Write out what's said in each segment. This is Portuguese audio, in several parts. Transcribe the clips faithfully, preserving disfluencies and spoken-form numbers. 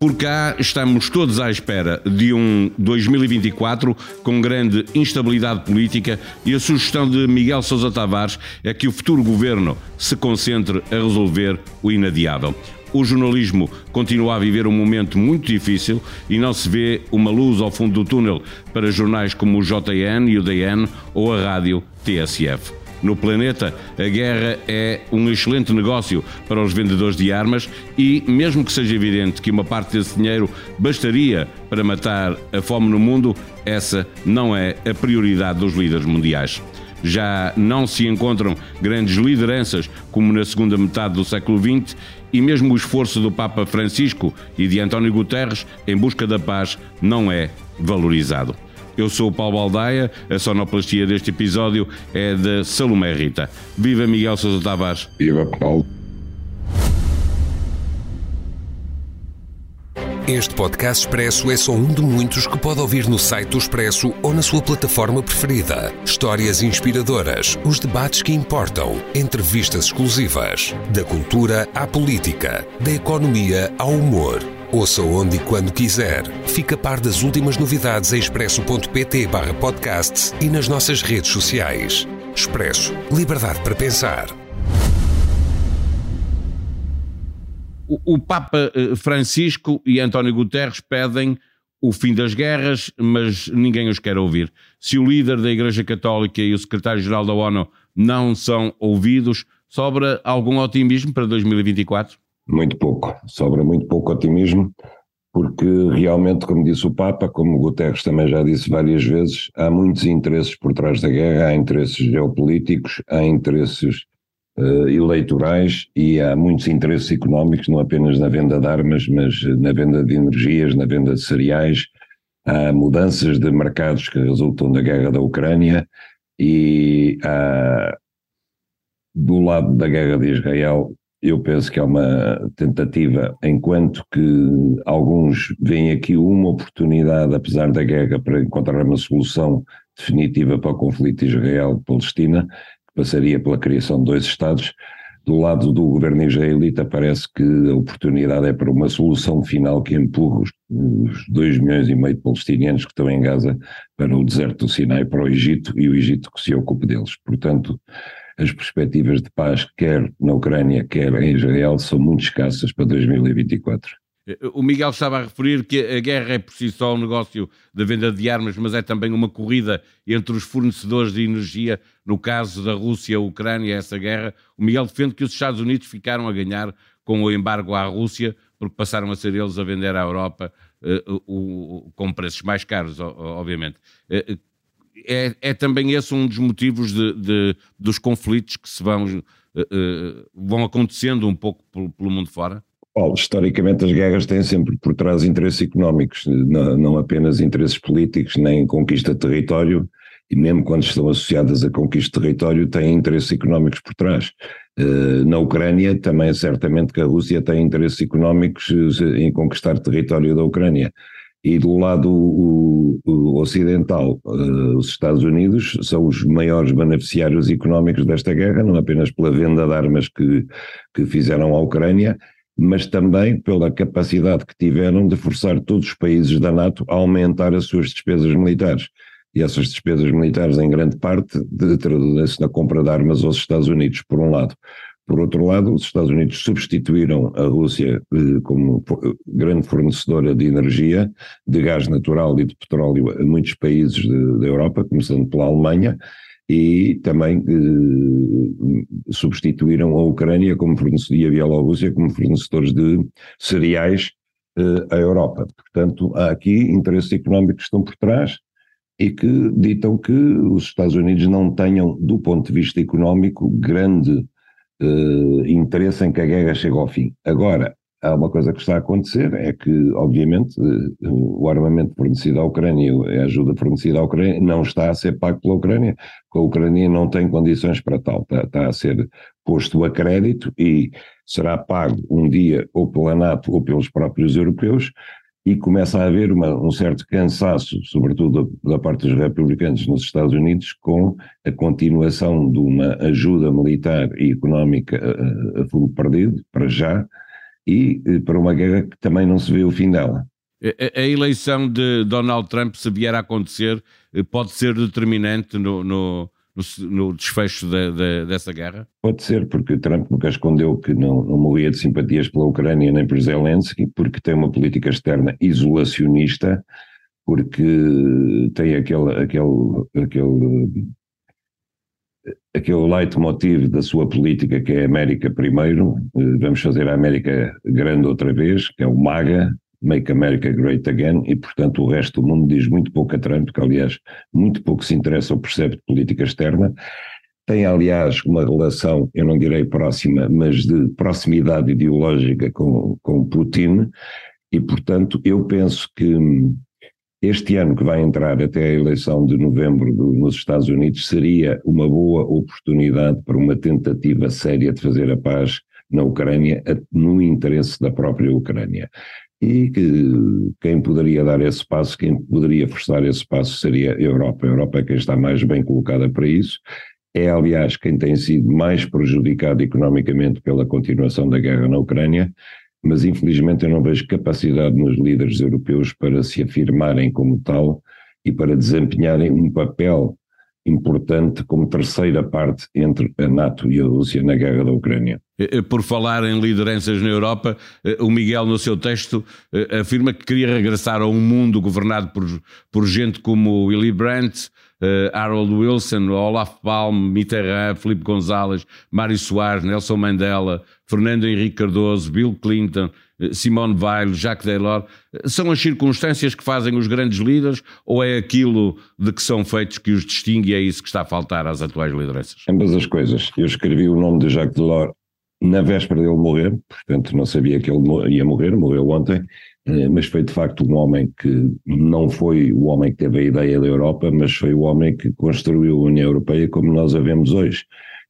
Por cá estamos todos à espera de um dois mil e vinte e quatro com grande instabilidade política e a sugestão de Miguel Sousa Tavares é que o futuro governo se concentre a resolver o inadiável. O jornalismo continua a viver um momento muito difícil e não se vê uma luz ao fundo do túnel para jornais como o J N e o D N ou a rádio T S F. No planeta, a guerra é um excelente negócio para os vendedores de armas e, mesmo que seja evidente que uma parte desse dinheiro bastaria para matar a fome no mundo, essa não é a prioridade dos líderes mundiais. Já não se encontram grandes lideranças como na segunda metade do século vinte e mesmo o esforço do Papa Francisco e de António Guterres em busca da paz não é valorizado. Eu sou o Paulo Baldaia, a sonoplastia deste episódio é de Salomé Rita. Viva Miguel Sousa Tavares. Viva Paulo. Este podcast Expresso é só um de muitos que pode ouvir no site do Expresso ou na sua plataforma preferida. Histórias inspiradoras, os debates que importam, entrevistas exclusivas. Da cultura à política, da economia ao humor. Ouça onde e quando quiser. Fica a par das últimas novidades em expresso.pt barra podcasts e nas nossas redes sociais. Expresso. Liberdade para pensar. O, o Papa Francisco e António Guterres pedem o fim das guerras, mas ninguém os quer ouvir. Se o líder da Igreja Católica e o secretário-geral da ONU não são ouvidos, sobra algum otimismo para dois mil e vinte e quatro? Muito pouco, sobra muito pouco otimismo, porque realmente, como disse o Papa, como o Guterres também já disse várias vezes, há muitos interesses por trás da guerra, há interesses geopolíticos, há interesses uh, eleitorais e há muitos interesses económicos, não apenas na venda de armas, mas na venda de energias, na venda de cereais. Há mudanças de mercados que resultam da guerra da Ucrânia e há, do lado da guerra de Israel, eu penso que é uma tentativa, enquanto que alguns veem aqui uma oportunidade, apesar da guerra, para encontrar uma solução definitiva para o conflito Israel-Palestina, que passaria pela criação de dois Estados. Do lado do governo israelita parece que a oportunidade é para uma solução final que empurra os, os dois milhões e meio de palestinianos que estão em Gaza para o deserto do Sinai, para o Egito, e o Egito que se ocupe deles. Portanto, as perspectivas de paz, quer na Ucrânia, quer em Israel, são muito escassas para dois mil e vinte e quatro. O Miguel estava a referir que a guerra é por si só um negócio da venda de armas, mas é também uma corrida entre os fornecedores de energia. No caso da Rússia-Ucrânia, essa guerra, o Miguel defende que os Estados Unidos ficaram a ganhar com o embargo à Rússia, porque passaram a ser eles a vender à Europa uh, uh, uh, com preços mais caros, obviamente. Uh, uh, É, é também esse um dos motivos de, de, dos conflitos que se vão, uh, uh, vão acontecendo um pouco pelo, pelo mundo fora? Paulo, historicamente as guerras têm sempre por trás interesses económicos, não, não apenas interesses políticos, nem conquista de território, e mesmo quando estão associadas a conquista de território têm interesses económicos por trás. Uh, na Ucrânia também certamente que a Rússia tem interesses económicos em conquistar território da Ucrânia. E do lado o, o ocidental, uh, os Estados Unidos são os maiores beneficiários económicos desta guerra, não apenas pela venda de armas que, que fizeram à Ucrânia, mas também pela capacidade que tiveram de forçar todos os países da NATO a aumentar as suas despesas militares. E essas despesas militares, em grande parte, traduzem-se na compra de armas aos Estados Unidos, por um lado. Por outro lado, os Estados Unidos substituíram a Rússia eh, como grande fornecedora de energia, de gás natural e de petróleo a muitos países de, da Europa, começando pela Alemanha, e também eh, substituíram a Ucrânia como fornecedora, e a Bielorrússia como fornecedores de cereais eh, à Europa. Portanto, há aqui interesses económicos que estão por trás e que ditam que os Estados Unidos não tenham, do ponto de vista económico, grande Uh, interesse em que a guerra chegue ao fim. Agora, há uma coisa que está a acontecer, é que, obviamente, uh, o armamento fornecido à Ucrânia, a ajuda fornecida à Ucrânia, não está a ser pago pela Ucrânia, porque a Ucrânia não tem condições para tal, está, está a ser posto a crédito e será pago um dia ou pela NATO ou pelos próprios europeus, e começa a haver uma, um certo cansaço, sobretudo da, da parte dos republicanos nos Estados Unidos, com a continuação de uma ajuda militar e económica a, a fundo perdido, para já, e para uma guerra que também não se vê o fim dela. A, a eleição de Donald Trump, se vier a acontecer, pode ser determinante no, no, no, no desfecho de, de, dessa guerra? Pode ser, porque Trump nunca escondeu que não, não morria de simpatias pela Ucrânia nem por Zelensky, porque tem uma política externa isolacionista, porque tem aquele, aquele, aquele, aquele leitmotiv da sua política que é América primeiro, vamos fazer a América grande outra vez, que é o MAGA, Make America Great Again, e portanto o resto do mundo diz muito pouco a Trump, que aliás muito pouco se interessa ou percebe de política externa. Tem aliás uma relação, eu não direi próxima, mas de proximidade ideológica com, com Putin, e portanto eu penso que este ano que vai entrar até a eleição de novembro do, nos Estados Unidos seria uma boa oportunidade para uma tentativa séria de fazer a paz na Ucrânia, no interesse da própria Ucrânia. E que quem poderia dar esse passo, quem poderia forçar esse passo seria a Europa. A Europa é quem está mais bem colocada para isso. É, aliás, quem tem sido mais prejudicado economicamente pela continuação da guerra na Ucrânia, mas infelizmente eu não vejo capacidade nos líderes europeus para se afirmarem como tal e para desempenharem um papel importante como terceira parte entre a NATO e a Rússia na guerra da Ucrânia. Por falar em lideranças na Europa, o Miguel no seu texto afirma que queria regressar a um mundo governado por, por gente como Willy Brandt, Harold Wilson, Olaf Palme, Mitterrand, Filipe González, Mário Soares, Nelson Mandela, Fernando Henrique Cardoso, Bill Clinton, Simone Weil, Jacques Delors. São as circunstâncias que fazem os grandes líderes ou é aquilo de que são feitos que os distingue e é isso que está a faltar às atuais lideranças? Ambas as coisas. Eu escrevi o nome de Jacques Delors na véspera dele morrer, portanto não sabia que ele ia morrer, morreu ontem, mas foi de facto um homem que não foi o homem que teve a ideia da Europa, mas foi o homem que construiu a União Europeia como nós a vemos hoje.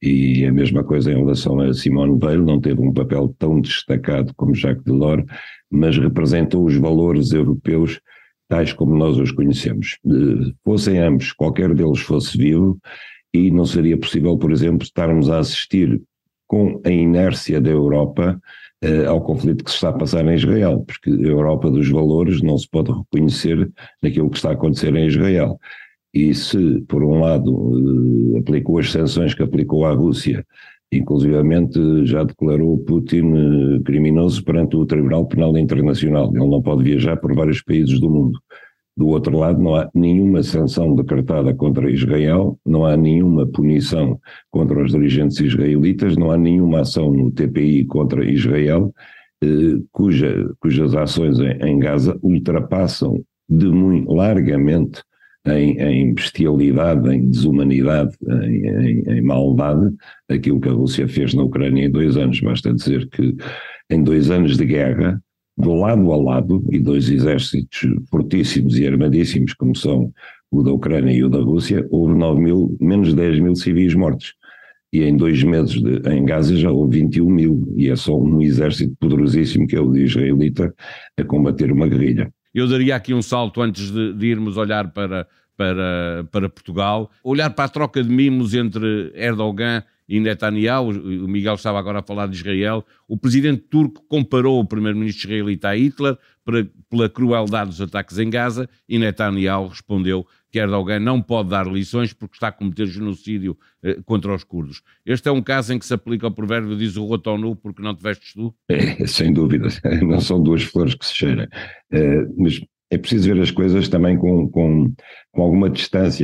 E a mesma coisa em relação a Simone Weil, não teve um papel tão destacado como Jacques Delors, mas representou os valores europeus tais como nós os conhecemos. Fossem ambos, qualquer deles fosse vivo, e não seria possível, por exemplo, estarmos a assistir com a inércia da Europa eh, ao conflito que se está a passar em Israel, porque a Europa dos valores não se pode reconhecer naquilo que está a acontecer em Israel. E se, por um lado, eh, aplicou as sanções que aplicou à Rússia, inclusivamente já declarou Putin eh, criminoso perante o Tribunal Penal Internacional, ele não pode viajar por vários países do mundo. Do outro lado, não há nenhuma sanção decretada contra Israel, não há nenhuma punição contra os dirigentes israelitas, não há nenhuma ação no T P I contra Israel, eh, cuja, cujas ações em, em Gaza ultrapassam de muito largamente em, em bestialidade, em desumanidade, em, em, em maldade, aquilo que a Rússia fez na Ucrânia em dois anos. Basta dizer que em dois anos de guerra, do lado a lado, e dois exércitos fortíssimos e armadíssimos como são o da Ucrânia e o da Rússia, houve nove mil, menos dez mil civis mortos. E em dois meses de, em Gaza já houve vinte e um mil, e é só um exército poderosíssimo que é o de israelita a combater uma guerrilha. Eu daria aqui um salto antes de, de irmos olhar para, para, para Portugal, olhar para a troca de mimos entre Erdogan e Netanyahu. O Miguel estava agora a falar de Israel. O presidente turco comparou o primeiro-ministro israelita a Hitler para, pela crueldade dos ataques em Gaza, e Netanyahu respondeu que Erdogan não pode dar lições porque está a cometer genocídio eh, contra os curdos. Este é um caso em que se aplica o provérbio, diz o roto ao nu porque não te vestes tu? É, sem dúvida, não são duas flores que se cheiram, é, mas é preciso ver as coisas também com, com, com alguma distância.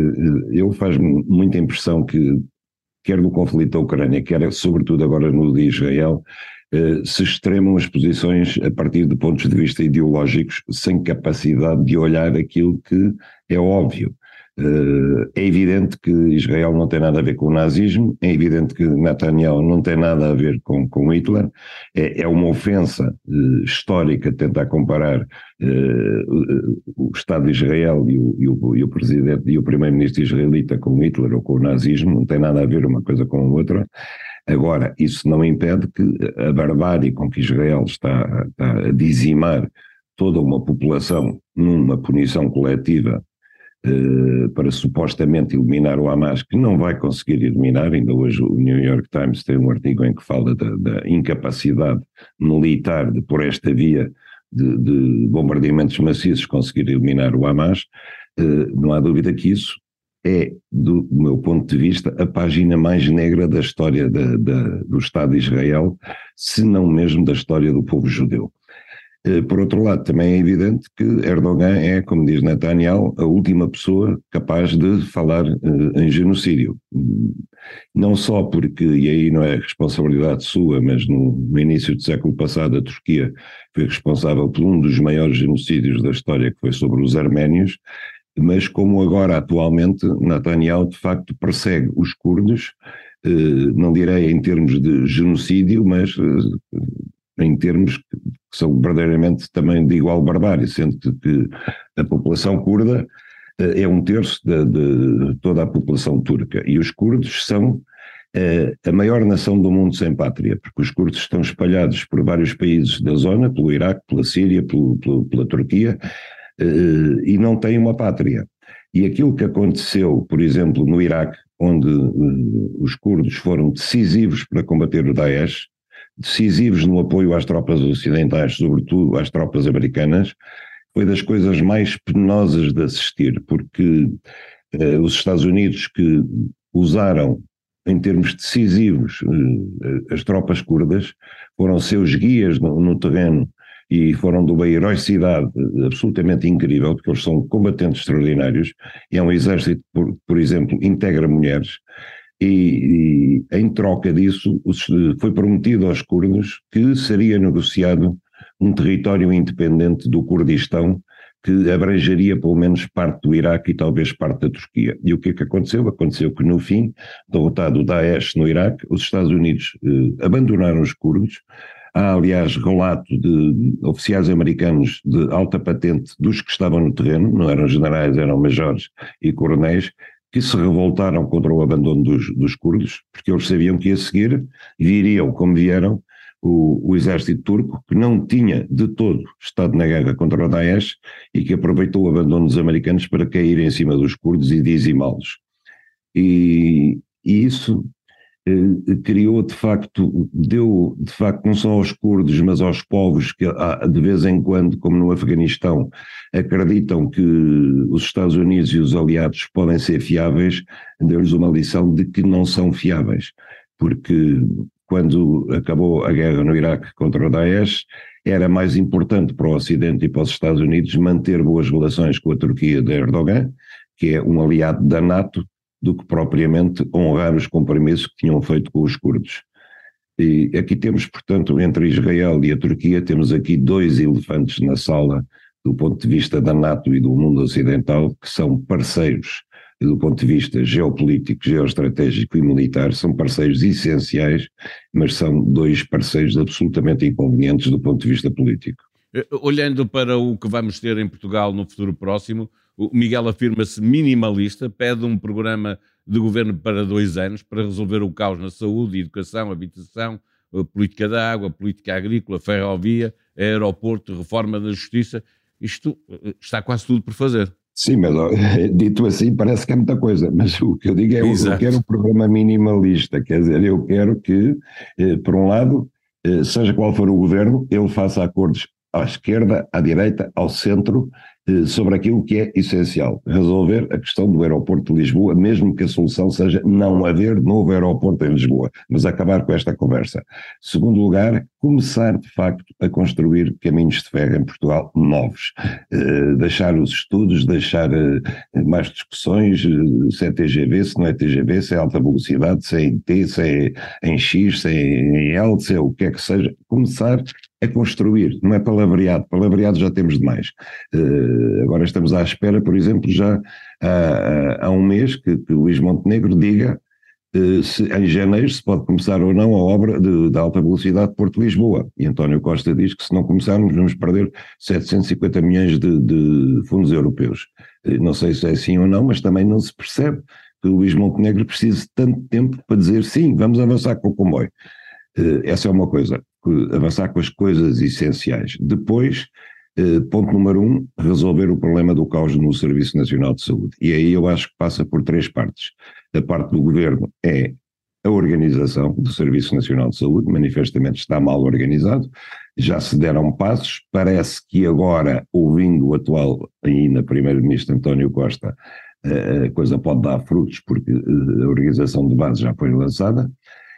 Eu faz-me muita impressão que quer no conflito da Ucrânia, quer sobretudo agora no de Israel, eh, se extremam as posições a partir de pontos de vista ideológicos, sem capacidade de olhar aquilo que é óbvio. Eh, é evidente que Israel não tem nada a ver com o nazismo, é evidente que Netanyahu não tem nada a ver com, com Hitler, é, é uma ofensa eh, histórica tentar comparar eh, o, o Estado de Israel e o, e, o, e o presidente e o primeiro-ministro israelita com Hitler ou com o nazismo, não tem nada a ver uma coisa com a outra. Agora, isso não impede que a barbárie com que Israel está, está a dizimar toda uma população numa punição coletiva uh, para supostamente eliminar o Hamas, que não vai conseguir eliminar. Ainda hoje o New York Times tem um artigo em que fala da, da incapacidade militar de, por esta via de, de bombardeamentos maciços, conseguir eliminar o Hamas. Uh, não há dúvida que isso é, do, do meu ponto de vista, a página mais negra da história da, da, do Estado de Israel, se não mesmo da história do povo judeu. Por outro lado, também é evidente que Erdogan é, como diz Netanyahu, a última pessoa capaz de falar uh, em genocídio. Não só porque, e aí não é responsabilidade sua, mas no, no início do século passado a Turquia foi responsável por um dos maiores genocídios da história, que foi sobre os arménios, mas como agora, atualmente, Netanyahu de facto persegue os curdos, eh, não direi em termos de genocídio, mas eh, em termos que são verdadeiramente também de igual barbárie, sendo que a população curda eh, é um terço de, de toda a população turca, e os curdos são eh, a maior nação do mundo sem pátria, porque os curdos estão espalhados por vários países da zona, pelo Iraque, pela Síria, pelo, pelo, pela Turquia, Uh, e não tem uma pátria. E aquilo que aconteceu, por exemplo, no Iraque, onde uh, os curdos foram decisivos para combater o Daesh, decisivos no apoio às tropas ocidentais, sobretudo às tropas americanas, foi das coisas mais penosas de assistir, porque uh, os Estados Unidos, que usaram em termos decisivos uh, as tropas curdas, foram seus guias no, no terreno, e foram de uma heroicidade absolutamente incrível, porque eles são combatentes extraordinários. É um exército, por, por exemplo, integra mulheres, e, e em troca disso foi prometido aos curdos que seria negociado um território independente do Kurdistão, que abrangeria pelo menos parte do Iraque e talvez parte da Turquia. E o que é que aconteceu? Aconteceu que no fim, derrotado o Daesh no Iraque, os Estados Unidos eh, abandonaram os curdos. Há, aliás, relato de oficiais americanos de alta patente dos que estavam no terreno, não eram generais, eram majores e coronéis, que se revoltaram contra o abandono dos, dos curdos, porque eles sabiam que a seguir viriam, como vieram, o, o exército turco, que não tinha de todo estado na guerra contra o Daesh e que aproveitou o abandono dos americanos para cair em cima dos curdos e dizimá-los. E, e isso eh, criou de facto, deu de facto não só aos curdos, mas aos povos que de vez em quando, como no Afeganistão, acreditam que os Estados Unidos e os aliados podem ser fiáveis, deu-lhes uma lição de que não são fiáveis, porque quando acabou a guerra no Iraque contra o Daesh, era mais importante para o Ocidente e para os Estados Unidos manter boas relações com a Turquia de Erdogan, que é um aliado da NATO, do que propriamente honrar os compromissos que tinham feito com os curdos. E aqui temos, portanto, entre Israel e a Turquia, temos aqui dois elefantes na sala, do ponto de vista da NATO e do mundo ocidental, que são parceiros do ponto de vista geopolítico, geoestratégico e militar, são parceiros essenciais, mas são dois parceiros absolutamente inconvenientes do ponto de vista político. Olhando para o que vamos ter em Portugal no futuro próximo, o Miguel afirma-se minimalista, pede um programa de governo para dois anos para resolver o caos na saúde, educação, habitação, política da água, política agrícola, ferrovia, aeroporto, reforma da justiça. Isto está quase tudo por fazer. Sim, mas dito assim parece que é muita coisa, mas o que eu digo é que eu quero um programa minimalista, quer dizer, eu quero que, eh, por um lado, eh, seja qual for o governo, ele faça acordos à esquerda, à direita, ao centro, eh, sobre aquilo que é essencial, resolver a questão do aeroporto de Lisboa, mesmo que a solução seja não haver novo aeroporto em Lisboa, mas acabar com esta conversa. Segundo lugar, começar de facto a construir caminhos de ferro em Portugal novos, eh, deixar os estudos, deixar eh, mais discussões, eh, se é T G V, se não é T G V, se é alta velocidade, se é em T, se é em X, se é em L, se é o que é que seja, começar a construir, não é palavreado, palavreado já temos demais. Uh, agora estamos à espera, por exemplo, já há, há um mês que, que Luís Montenegro diga uh, se em janeiro se pode começar ou não a obra de, de alta velocidade de Porto-Lisboa. E António Costa diz que se não começarmos vamos perder setecentos e cinquenta milhões de, de fundos europeus. Uh, não sei se é assim ou não, mas também não se percebe que o Luís Montenegro precise de tanto tempo para dizer sim, vamos avançar com o comboio. Uh, essa é uma coisa, avançar com as coisas essenciais. Depois, Uh, ponto número um, resolver o problema do caos no Serviço Nacional de Saúde. E aí eu acho que passa por três partes. A parte do governo é a organização do Serviço Nacional de Saúde, manifestamente está mal organizado, já se deram passos, parece que agora, ouvindo o atual ainda primeiro-ministro António Costa, a coisa pode dar frutos porque a organização de base já foi lançada.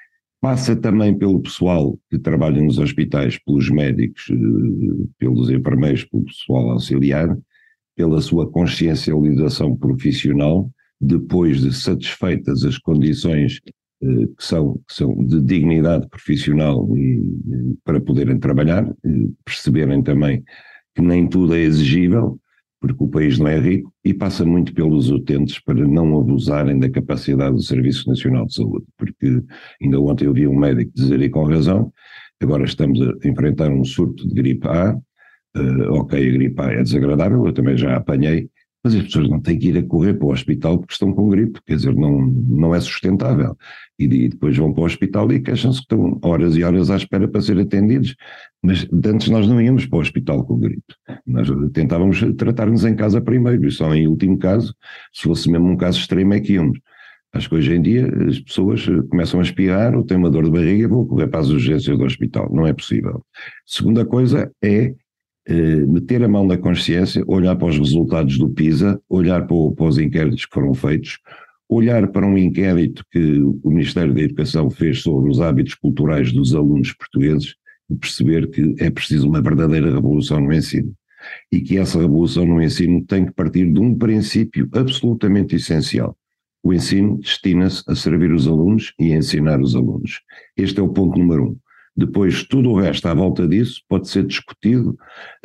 Passa também pelo pessoal que trabalha nos hospitais, pelos médicos, pelos enfermeiros, pelo pessoal auxiliar, pela sua consciencialização profissional, depois de satisfeitas as condições que são, que são de dignidade profissional e, para poderem trabalhar, perceberem também que nem tudo é exigível, porque o país não é rico, e passa muito pelos utentes para não abusarem da capacidade do Serviço Nacional de Saúde, porque ainda ontem eu vi um médico dizer, e com razão, agora estamos a enfrentar um surto de gripe A, uh, ok, a gripe A é desagradável, eu também já a apanhei, mas as pessoas não têm que ir a correr para o hospital porque estão com gripe, quer dizer, não, não é sustentável. E, e depois vão para o hospital e queixam-se que estão horas e horas à espera para ser atendidos. Mas antes nós não íamos para o hospital com gripe. Nós tentávamos tratar-nos em casa primeiro, e só em último caso, se fosse mesmo um caso extremo é que íamos. Acho que hoje em dia as pessoas começam a espirrar ou têm uma dor de barriga e vão correr para as urgências do hospital. Não é possível. Segunda coisa é Uh, meter a mão na consciência, olhar para os resultados do PISA, olhar para, o, para os inquéritos que foram feitos, olhar para um inquérito que o Ministério da Educação fez sobre os hábitos culturais dos alunos portugueses e perceber que é preciso uma verdadeira revolução no ensino. E que essa revolução no ensino tem que partir de um princípio absolutamente essencial. O ensino destina-se a servir os alunos e a ensinar os alunos. Este é o ponto número um. Depois, tudo o resto à volta disso pode ser discutido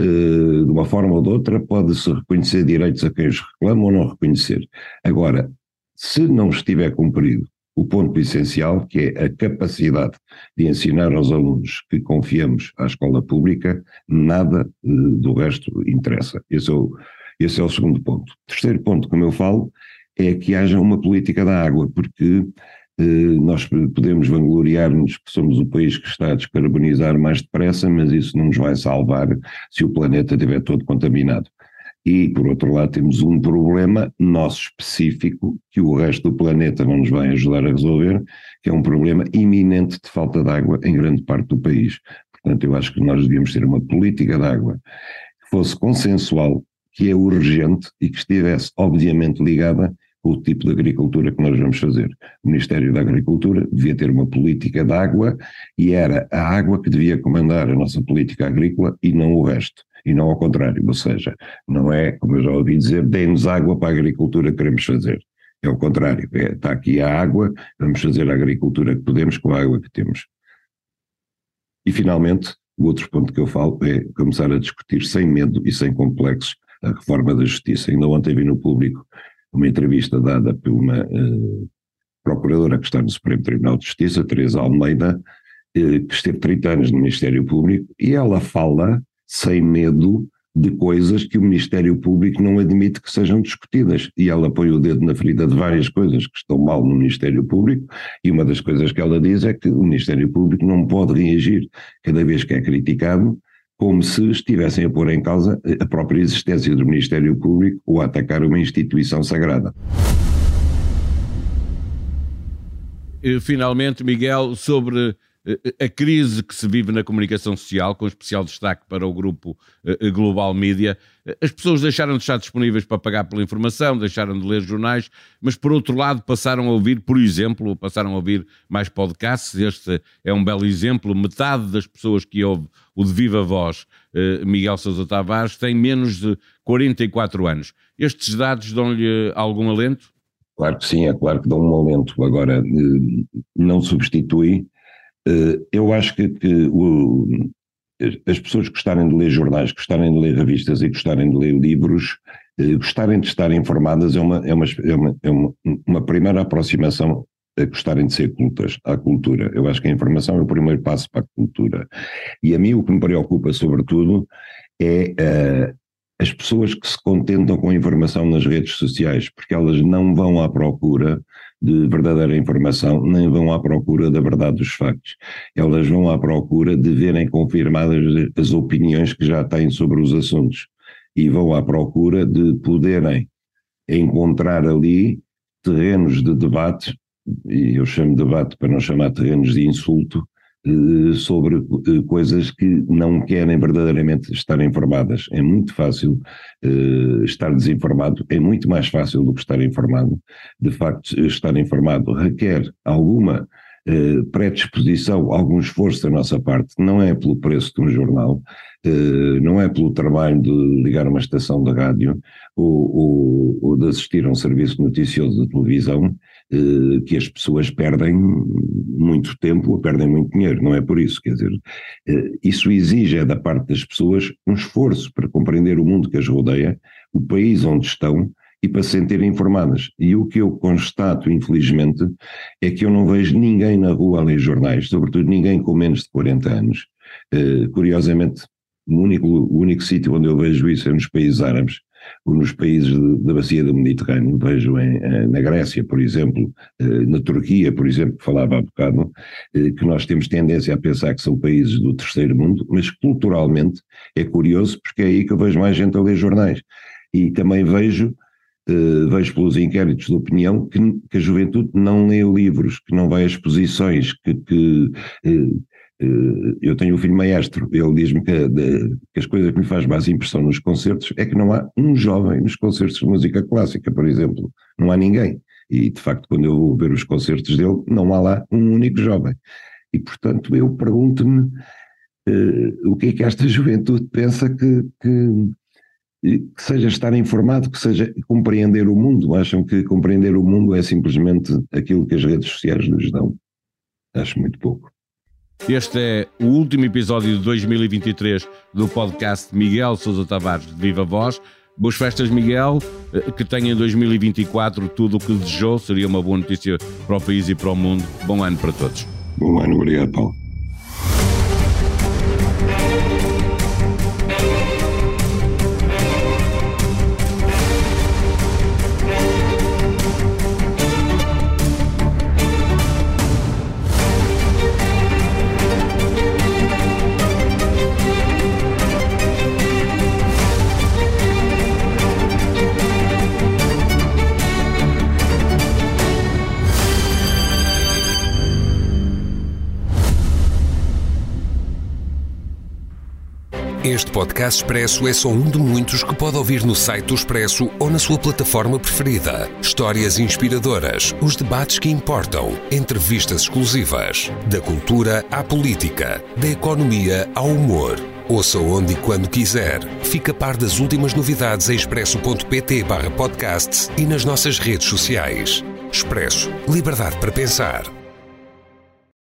uh, de uma forma ou de outra, pode-se reconhecer direitos a quem os reclama ou não reconhecer. Agora, se não estiver cumprido o ponto essencial, que é a capacidade de ensinar aos alunos que confiamos à escola pública, nada uh, do resto interessa. Esse é, o, esse é o segundo ponto. Terceiro ponto, como eu falo, é que haja uma política da água, porque nós podemos vangloriar-nos que somos o país que está a descarbonizar mais depressa, mas isso não nos vai salvar se o planeta estiver todo contaminado. E, por outro lado, temos um problema nosso específico, que o resto do planeta não nos vai ajudar a resolver, que é um problema iminente de falta de água em grande parte do país. Portanto, eu acho que nós devíamos ter uma política de água que fosse consensual, que é urgente e que estivesse, obviamente, ligada o tipo de agricultura que nós vamos fazer. O Ministério da Agricultura devia ter uma política de água e era a água que devia comandar a nossa política agrícola e não o resto, e não ao contrário, ou seja, não é, como eu já ouvi dizer, dê-nos água para a agricultura que queremos fazer. É o contrário, é, está aqui a água, vamos fazer a agricultura que podemos com a água que temos. E finalmente, o outro ponto que eu falo é começar a discutir sem medo e sem complexos a reforma da justiça. Ainda ontem vi no Público uma entrevista dada por uma uh, procuradora que está no Supremo Tribunal de Justiça, Teresa Almeida, uh, que esteve trinta anos no Ministério Público, e ela fala sem medo de coisas que o Ministério Público não admite que sejam discutidas, e ela põe o dedo na ferida de várias coisas que estão mal no Ministério Público, e uma das coisas que ela diz é que o Ministério Público não pode reagir cada vez que é criticado como se estivessem a pôr em causa a própria existência do Ministério Público ou a atacar uma instituição sagrada. Finalmente, Miguel, sobre a crise que se vive na comunicação social, com especial destaque para o grupo Global Media, as pessoas deixaram de estar disponíveis para pagar pela informação, deixaram de ler jornais, mas por outro lado passaram a ouvir, por exemplo, passaram a ouvir mais podcasts. Este é um belo exemplo. Metade das pessoas que ouve o de viva voz, Miguel Sousa Tavares, tem menos de quarenta e quatro anos. Estes dados dão-lhe algum alento? Claro que sim, é claro que dão um alento. Agora, não substitui. Eu acho que, que o, as pessoas gostarem de ler jornais, gostarem de ler revistas e gostarem de ler livros, gostarem de estar informadas é uma, é uma, é uma, é uma, uma primeira aproximação a gostarem de ser cultas, à cultura. Eu acho que a informação é o primeiro passo para a cultura. E a mim o que me preocupa sobretudo é uh, as pessoas que se contentam com a informação nas redes sociais, porque elas não vão à procura de verdadeira informação, nem vão à procura da verdade dos factos. Elas vão à procura de verem confirmadas as opiniões que já têm sobre os assuntos e vão à procura de poderem encontrar ali terrenos de debate, e eu chamo de debate para não chamar terrenos de insulto, sobre coisas que não querem verdadeiramente estar informadas. É muito fácil uh, estar desinformado, é muito mais fácil do que estar informado. De facto, estar informado requer alguma uh, predisposição, algum esforço da nossa parte. Não é pelo preço de um jornal, uh, não é pelo trabalho de ligar uma estação de rádio ou, ou, ou de assistir a um serviço noticioso de televisão, que as pessoas perdem muito tempo ou perdem muito dinheiro, não é por isso, quer dizer, isso exige da parte das pessoas um esforço para compreender o mundo que as rodeia, o país onde estão e para se sentirem informadas. E o que eu constato, infelizmente, é que eu não vejo ninguém na rua a ler jornais, sobretudo ninguém com menos de quarenta anos. Curiosamente, o único, o único sítio onde eu vejo isso é nos países árabes, ou nos países da bacia do Mediterrâneo. Vejo em, na Grécia, por exemplo, na Turquia, por exemplo, que falava há bocado, que nós temos tendência a pensar que são países do terceiro mundo, mas culturalmente é curioso, porque é aí que eu vejo mais gente a ler jornais. E também vejo, vejo pelos inquéritos de opinião, que, que a juventude não lê livros, que não vai a exposições, que... que eu tenho um filho maestro, ele diz-me que, que as coisas que me faz mais impressão nos concertos é que não há um jovem nos concertos de música clássica, por exemplo, não há ninguém, e de facto quando eu vou ver os concertos dele não há lá um único jovem, e portanto eu pergunto-me uh, o que é que esta juventude pensa que, que, que seja estar informado, que seja compreender o mundo. Acham que compreender o mundo é simplesmente aquilo que as redes sociais nos dão? Acho muito pouco. Este é o último episódio de dois mil e vinte e três do podcast Miguel Sousa Tavares de Viva Voz. Boas festas, Miguel, que tenha em dois mil e vinte e quatro tudo o que desejou, seria uma boa notícia para o país e para o mundo. Bom ano para todos. Bom ano, obrigado, Paulo. Este podcast Expresso é só um de muitos que pode ouvir no site do Expresso ou na sua plataforma preferida. Histórias inspiradoras, os debates que importam, entrevistas exclusivas. Da cultura à política, da economia ao humor. Ouça onde e quando quiser. Fica a par das últimas novidades em expresso.pt barra podcasts e nas nossas redes sociais. Expresso. Liberdade para pensar.